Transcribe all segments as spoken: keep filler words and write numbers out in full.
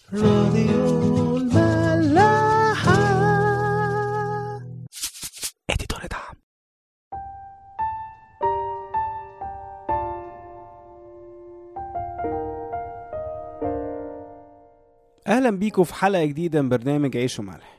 راديو الملاحة. اديتور دعم. اهلا بيكم في حلقة جديدة من برنامج عيش وملح.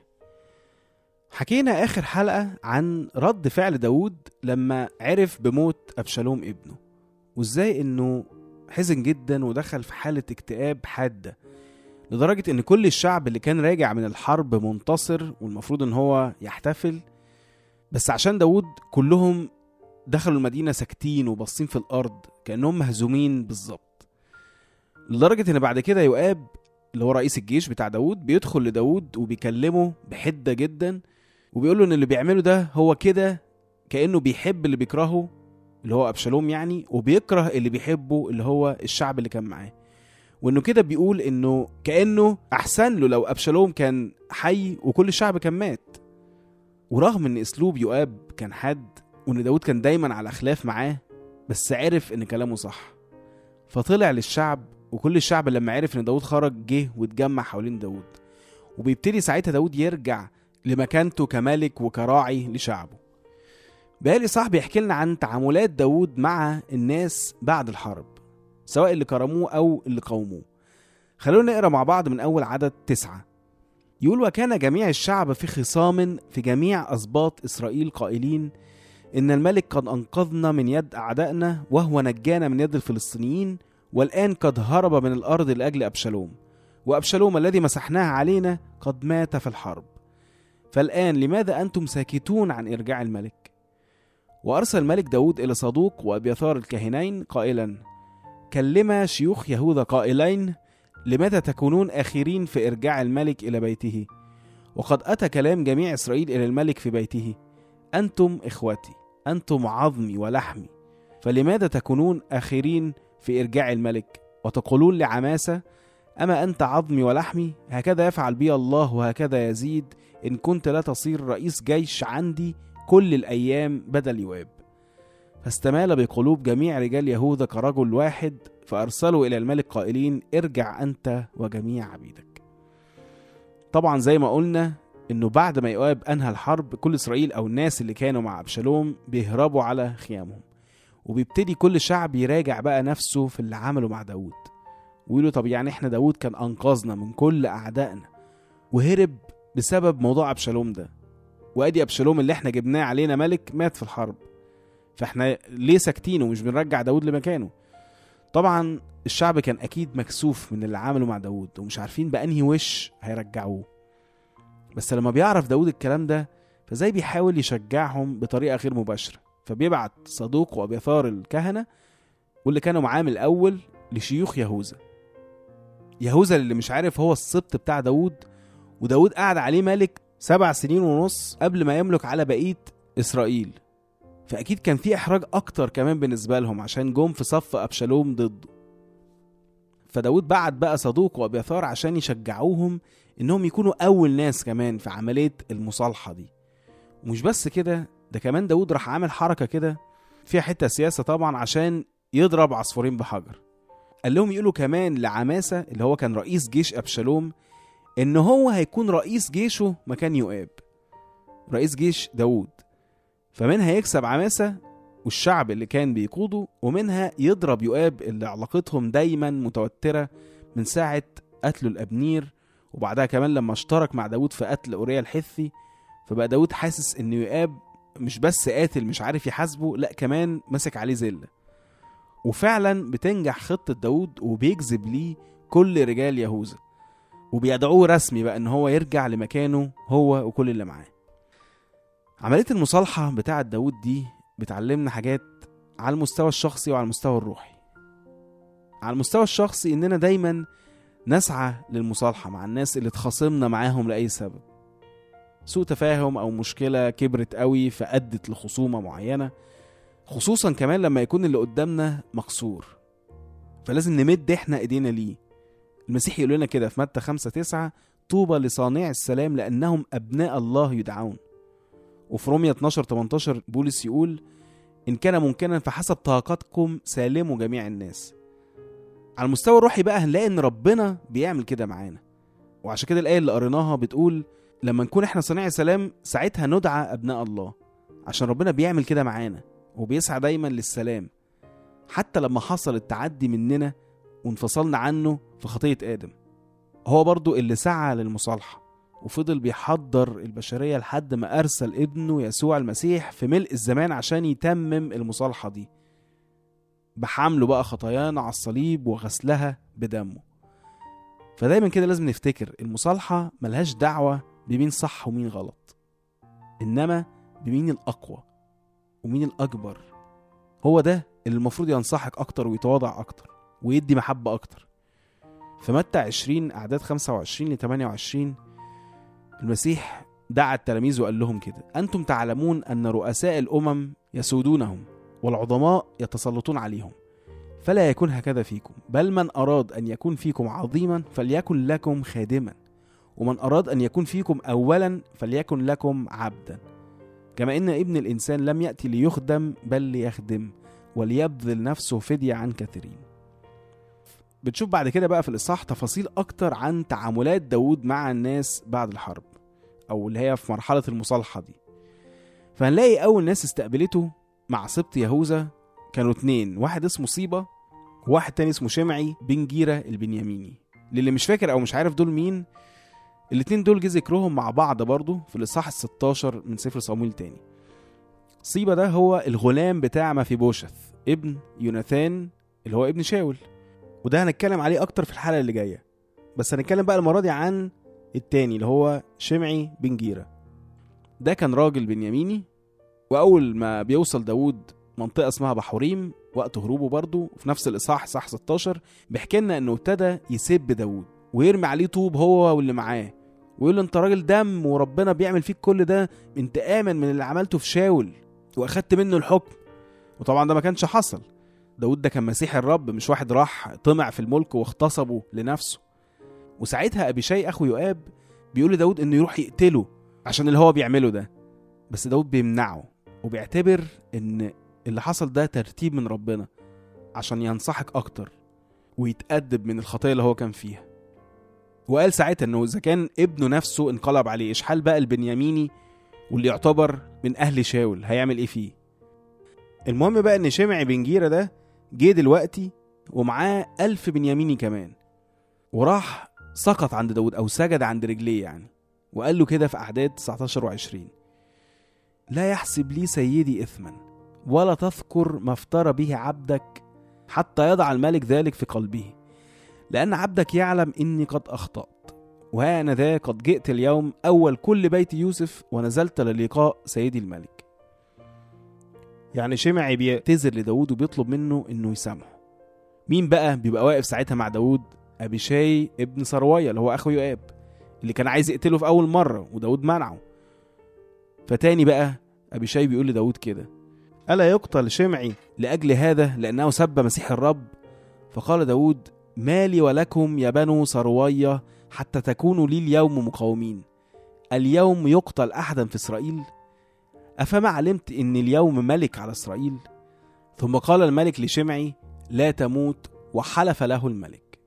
حكينا اخر حلقة عن رد فعل داود لما عرف بموت ابشالوم ابنه، وازاي انه حزن جدا ودخل في حالة اكتئاب حادة، لدرجة ان كل الشعب اللي كان راجع من الحرب منتصر والمفروض ان هو يحتفل، بس عشان داود كلهم دخلوا المدينة ساكتين وبصين في الارض كأنهم مهزومين بالظبط. لدرجة ان بعد كده يؤاب اللي هو رئيس الجيش بتاع داود بيدخل لداود وبيكلمه بحدة جدا، وبيقول له ان اللي بيعمله ده هو كده كأنه بيحب اللي بيكرهه اللي هو أبشالوم يعني، وبيكره اللي بيحبه اللي هو الشعب اللي كان معاه، وانه كده بيقول انه كأنه احسن له لو أبشالوم كان حي وكل الشعب كان مات. ورغم ان اسلوب يؤاب كان حاد وان داود كان دايما على خلاف معاه، بس عرف ان كلامه صح، فطلع للشعب، وكل الشعب لما عرف ان داود خرج جه واتجمع حوالين داود، وبيبتدي ساعتها داود يرجع لمكانته كملك وكراعي لشعبه. بقالي صاحبي يحكي لنا عن تعاملات داود مع الناس بعد الحرب، سواء اللي كرموه أو اللي قاوموه. خلونا نقرأ مع بعض من أول عدد تسعة. يقول: وكان جميع الشعب في خصام في جميع أسباط إسرائيل قائلين إن الملك قد أنقذنا من يد أعدائنا، وهو نجانا من يد الفلسطينيين، والآن قد هرب من الأرض لأجل أبشالوم، وأبشالوم الذي مسحناه علينا قد مات في الحرب. فالآن لماذا أنتم ساكتون عن إرجاع الملك؟ وأرسل الملك داود إلى صدوق وأبيثار الكاهنين قائلا: كلم شيوخ يهوذا قائلين: لماذا تكونون آخرين في إرجاع الملك إلى بيته؟ وقد أتى كلام جميع إسرائيل إلى الملك في بيته: أنتم إخوتي، أنتم عظمي ولحمي، فلماذا تكونون آخرين في إرجاع الملك وتقولون لعماسة: أما أنت عظمي ولحمي؟ هكذا يفعل بي الله وهكذا يزيد إن كنت لا تصير رئيس جيش عندي كل الأيام بدل يؤاب. فاستمال بقلوب جميع رجال يهوذا كرجل واحد، فأرسلوا إلى الملك قائلين: ارجع أنت وجميع عبيدك. طبعا زي ما قلنا إنه بعد ما يؤاب أنهى الحرب، كل إسرائيل أو الناس اللي كانوا مع أبشالوم بيهربوا على خيامهم، وبيبتدي كل شعب يراجع بقى نفسه في اللي عمله مع داود، ويقولوا: طب يعني إحنا داود كان أنقذنا من كل أعدائنا وهرب بسبب موضوع أبشالوم ده، وأدي أبشالوم اللي إحنا جبناه علينا ملك مات في الحرب، فإحنا ليه ساكتين ومش بنرجع داود لمكانه؟ طبعا الشعب كان أكيد مكسوف من اللي عمله مع داود، ومش عارفين بأنهي وش هيرجعوه. بس لما بيعرف داود الكلام ده، فزي بيحاول يشجعهم بطريقة غير مباشرة، فبيبعت صدوق وأبيثار الكهنة واللي كانوا معاه من الأول لشيوخ يهوذا. يهوذا اللي مش عارف هو السبط بتاع داود، وداود قعد عليه ملك سبع سنين ونص قبل ما يملك على بقية إسرائيل، فأكيد كان في إحراج أكتر كمان بالنسبة لهم عشان جم في صف أبشالوم ضده. فداود بعت بقى صدوق وأبيثار عشان يشجعوهم إنهم يكونوا أول ناس كمان في عملية المصالحة دي. ومش بس كده، ده كمان داود راح عامل حركة كده فيها حتة سياسة طبعا عشان يضرب عصفورين بحجر. قال لهم يقولوا كمان لعماسة اللي هو كان رئيس جيش أبشالوم إن هو هيكون رئيس جيشه مكان يؤاب، رئيس جيش داود، فمنها يكسب عماسة والشعب اللي كان بيقوده، ومنها يضرب يؤاب اللي علاقتهم دايما متوترة من ساعة قتله الأبنير، وبعدها كمان لما اشترك مع داود في قتل أوريا الحثي، فبقى داود حاسس إن يؤاب مش بس قاتل مش عارف يحاسبه، لأ كمان مسك عليه زلة. وفعلا بتنجح خطة داود وبيجذب ليه كل رجال يهوذا، وبيدعوه رسمي بقى إن هو يرجع لمكانه هو وكل اللي معاه. عملية المصالحة بتاعة داود دي بتعلمنا حاجات على المستوى الشخصي وعلى المستوى الروحي. على المستوى الشخصي إننا دايما نسعى للمصالحة مع الناس اللي تخاصمنا معاهم لأي سبب، سوء تفاهم أو مشكلة كبرت قوي فأدت لخصومة معينة، خصوصا كمان لما يكون اللي قدامنا مقصور، فلازم نمد احنا ايدينا ليه. المسيح يقول لنا كده في متى خمسة تسعة: طوبى لصانع السلام لأنهم أبناء الله يدعون. وفي رومية اتناشر تمنتاشر بولس يقول: إن كان ممكنا فحسب طاقتكم سالموا جميع الناس. على المستوى الروحي بقى هنلاقي إن ربنا بيعمل كده معانا، وعشان كده الآية اللي قريناها بتقول لما نكون احنا صناعي سلام ساعتها ندعى أبناء الله، عشان ربنا بيعمل كده معانا وبيسعى دايما للسلام حتى لما حصل التعدي مننا وانفصلنا عنه في خطية آدم. هو برضو اللي سعى للمصالحة وفضل بيحضر البشرية لحد ما أرسل ابنه يسوع المسيح في ملء الزمان عشان يتمم المصالحة دي بحمله بقى خطايانا على الصليب وغسلها بدمه. فدايما كده لازم نفتكر المصالحة ملهاش دعوة بمين صح ومين غلط، إنما بمين الأقوى ومين الأكبر. هو ده اللي المفروض ينصحك أكتر ويتواضع أكتر ويدي محبة أكتر. في متى عشرين أعداد خمسة وعشرين لثمانية وعشرين المسيح دعا التلاميذ وقال لهم كده: أنتم تعلمون أن رؤساء الأمم يسودونهم والعظماء يتسلطون عليهم، فلا يكون هكذا فيكم، بل من أراد أن يكون فيكم عظيما فليكن لكم خادما، ومن أراد أن يكون فيكم أولا فليكن لكم عبدا، كما إن ابن الإنسان لم يأتي ليخدم بل ليخدم وليبذل نفسه فدية عن كثيرين. بتشوف بعد كده بقى في الإصحاح تفاصيل أكتر عن تعاملات داود مع الناس بعد الحرب، أو اللي هي في مرحلة المصالحة دي. فهنلاقي أول ناس استقبلته مع سبط يهوذا كانوا اتنين، واحد اسمه صيبة وواحد تاني اسمه شمعي بن جيرة البنياميني. للي مش فاكر أو مش عارف دول مين، الاتنين دول جه ذكرهم مع بعض برضو في الإصحاح الستاشر من سفر صمويل تاني. صيبة ده هو الغلام بتاع مفيبوشث ابن يوناثان اللي هو ابن شاول، وده هنتكلم عليه أكتر في الحلقة اللي جاية. بس هنتكلم بقى المرة دي عن التاني اللي هو شمعي بن جيرة. ده كان راجل بنياميني، وأول ما بيوصل داود منطقة اسمها بحوريم وقت هروبه برضو في نفس الإصحاح صح ستاشر بيحكي لنا إنه ابتدى يسب داود ويرمي عليه طوب هو واللي معاه ويقول له: أنت راجل دم وربنا بيعمل فيك كل ده انتقاما من اللي عملته في شاول وأخدت منه الحكم. وطبعا ده ما كانش حصل. داود ده كان مسيح الرب، مش واحد راح طمع في الملك واغتصبه لنفسه. وساعتها أبيشاي أخو يؤاب بيقول لداود إنه يروح يقتله عشان اللي هو بيعمله ده، بس داود بيمنعه وبيعتبر إن اللي حصل ده ترتيب من ربنا عشان ينصحك أكتر ويتأدب من الخطايا اللي هو كان فيها. وقال ساعتها إنه إذا كان ابنه نفسه انقلب عليه، إيش حال بقى البنياميني واللي يعتبر من أهل شاول هيعمل إيه فيه؟ المهم بقى إن شمعي بن جيرة ده جه دلوقتي ومعاه ألف بنياميني كمان، وراح سقط عند داود أو سجد عند رجليه يعني، وقال له كده في أعداد تسعتاشر وعشرين: لا يحسب لي سيدي إثما ولا تذكر ما افترى به عبدك حتى يضع الملك ذلك في قلبه، لأن عبدك يعلم إني قد أخطأت، وها أنا ذا قد جئت اليوم أول كل بيت يوسف ونزلت للقاء سيدي الملك. يعني شمعي بيعتذر لداود وبيطلب منه إنه يسامحه. مين بقى بيبقى واقف ساعتها مع داود؟ أبيشاي ابن سروية اللي هو أخو يؤاب اللي كان عايز يقتله في أول مرة وداود منعه. فتاني بقى أبيشاي بيقول لداود كده: ألا يقتل شمعي لأجل هذا لأنه سب مسيح الرب؟ فقال داود: مالي ولكم يا بنو سروية حتى تكونوا لي اليوم مقاومين؟ اليوم يقتل أحدا في إسرائيل؟ أفما علمت إن اليوم ملك على إسرائيل؟ ثم قال الملك لشمعي: لا تموت، وحلف له الملك.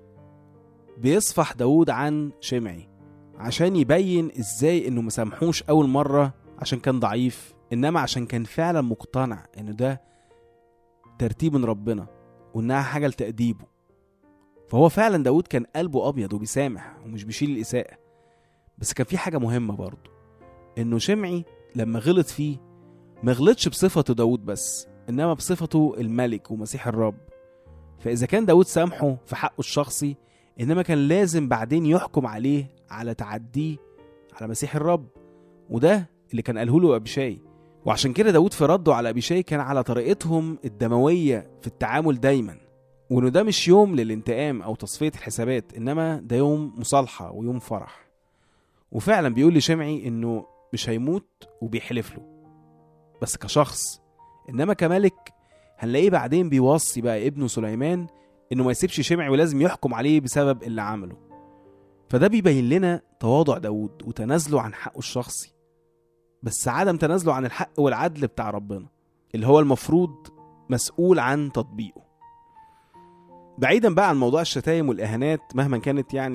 بيصفح داود عن شمعي عشان يبين إزاي إنه مسامحوش أول مرة عشان كان ضعيف، إنما عشان كان فعلا مقتنع إنه ده ترتيب من ربنا وإنها حاجة لتأديبه. فهو فعلا داود كان قلبه أبيض وبيسامح ومش بيشيل الإساءة. بس كان في حاجة مهمة برضو، إنه شمعي لما غلط فيه ما غلطش بصفته داود بس، إنما بصفته الملك ومسيح الرب. فإذا كان داود سامحه في حقه الشخصي، إنما كان لازم بعدين يحكم عليه على تعديه على مسيح الرب، وده اللي كان قاله له أبيشاي. وعشان كده داود في رده على أبيشاي كان على طريقتهم الدموية في التعامل دايما، وإنه ده مش يوم للانتقام أو تصفية الحسابات، إنما ده يوم مصالحة ويوم فرح. وفعلا بيقول لشمعي إنه مش هيموت وبيحلف له بس كشخص، إنما كملك هنلاقيه بعدين بيوصي بقى ابنه سليمان إنه ما يسيبش شمعي ولازم يحكم عليه بسبب اللي عمله. فده بيبين لنا تواضع داود وتنازله عن حقه الشخصي، بس عدم تنازله عن الحق والعدل بتاع ربنا اللي هو المفروض مسؤول عن تطبيقه. بعيدا بقى عن موضوع الشتايم والإهانات مهما كانت يعني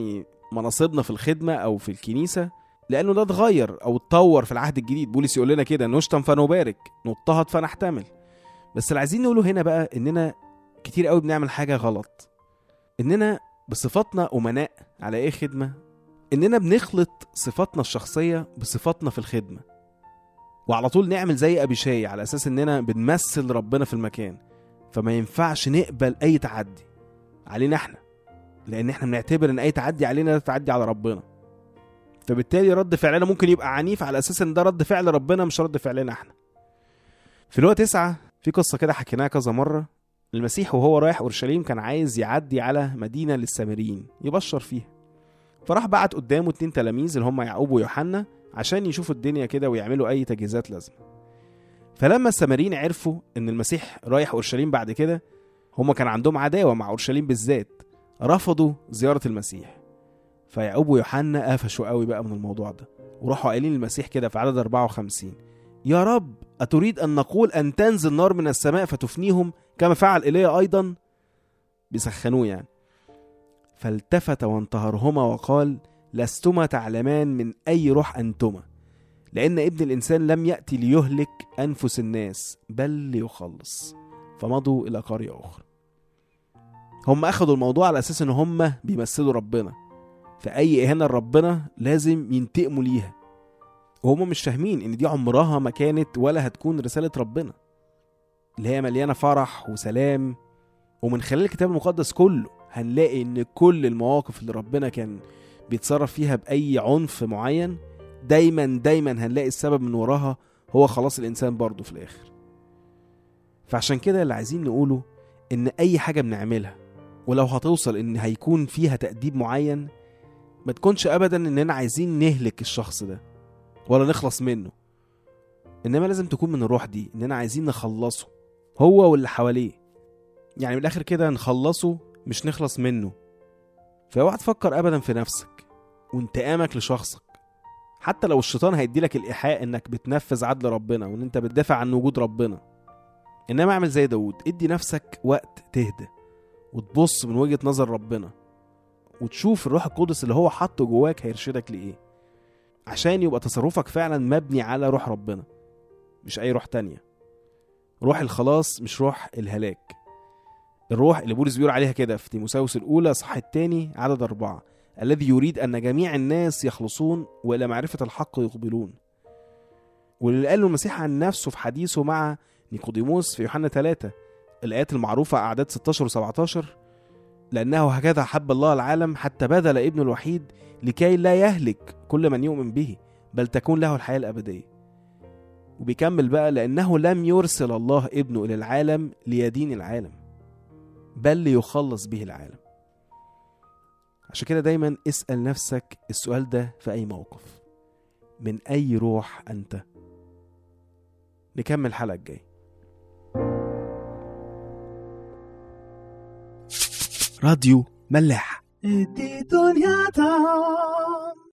مناصبنا في الخدمة أو في الكنيسة، لأنه ده اتغير أو اتطور في العهد الجديد. بولس يقول لنا كده: نشتم فنبارك، نضطهد فنحتمل. بس اللي عايزين نقوله هنا بقى إننا كتير قوي بنعمل حاجة غلط، إننا بصفاتنا أمناء على إيه خدمة، إننا بنخلط صفاتنا الشخصية بصفاتنا في الخدمة، وعلى طول نعمل زي أبي شاي على أساس إننا بنمثل ربنا في المكان. فما ينفعش نقبل أي تعدي علينا إحنا، لأن إحنا بنعتبر إن أي تعدي علينا ده تعدي على ربنا. فبالتالي رد فعلنا ممكن يبقى عنيف على أساس إن ده رد فعل ربنا مش رد فعلنا إحنا. في لوقا تسعة في قصة كده حكيناها كذا مرة. المسيح وهو رايح أورشليم كان عايز يعدي على مدينة للسامريين يبشر فيها، فراح بعت قدامه اتنين تلاميذ اللي هم يعقوب ويوحنا عشان يشوفوا الدنيا كده ويعملوا أي تجهيزات لازمة. فلما السامريين عرفوا إن المسيح رايح أورشليم بعد كده، هم كان عندهم عداوة مع أورشليم بالذات، رفضوا زيارة المسيح. فيعقوب ويوحنا قفشوا قوي بقى من الموضوع ده، وراحوا قايلين للمسيح كده في عدد أربعة وخمسين: يا رب، أتريد أن نقول أن تنزل نار من السماء فتفنيهم كما فعل إيليا أيضا؟ بيسخنوه يعني. فالتفت وانتهرهما وقال: لستما تعلمان من أي روح أنتما، لأن ابن الإنسان لم يأتي ليهلك أنفس الناس بل ليخلص. فمضوا إلى قرية أخرى. هم أخذوا الموضوع على أساس إن هم بيمثلوا ربنا، فأي إهانة لربنا لازم ينتقموا ليها، وهم مش فاهمين إن دي عمرها ما كانت ولا هتكون رسالة ربنا اللي هي مليانة فرح وسلام. ومن خلال الكتاب المقدس كله هنلاقي إن كل المواقف اللي ربنا كان بيتصرف فيها بأي عنف معين دايما دايما هنلاقي السبب من وراها هو خلاص الإنسان برضو في الآخر. فعشان كده اللي عايزين نقوله إن أي حاجة بنعملها ولو هتوصل إن هيكون فيها تأديب معين، ما تكونش أبدا إننا عايزين نهلك الشخص ده ولا نخلص منه، إنما لازم تكون من الروح دي إننا عايزين نخلصه هو واللي حواليه. يعني من الآخر كده نخلصه مش نخلص منه. فاوعى تفكر أبدا في نفسك وانتقامك لشخصك، حتى لو الشيطان هيديلك الإيحاء إنك بتنفذ عدل ربنا وإن أنت بتدافع عن وجود ربنا. إنما اعمل زي داود، ادي نفسك وقت تهدى وتبص من وجهة نظر ربنا وتشوف الروح القدس اللي هو حطه جواك هيرشدك لإيه، عشان يبقى تصرفك فعلا مبني على روح ربنا مش أي روح تانية. روح الخلاص مش روح الهلاك، الروح اللي بولس بيقول عليها كده في تيموثاوس الأولى صح الثاني عدد أربعة: الذي يريد أن جميع الناس يخلصون وإلى معرفة الحق يقبلون. واللي قاله المسيح عن نفسه في حديثه مع نيقوديموس في يوحنا ثلاثة، الآيات المعروفة أعداد ستاشر وسبعتاشر: لأنه هكذا حب الله العالم حتى بذل ابنه الوحيد لكي لا يهلك كل من يؤمن به بل تكون له الحياة الأبدية. وبيكمل بقى: لأنه لم يرسل الله ابنه إلى العالم ليدين العالم بل ليخلص به العالم. عشان كده دايما اسأل نفسك السؤال ده في أي موقف: من أي روح أنت؟ نكمل الحلقة الجاي. راديو ملاح. دي دنيا تعم.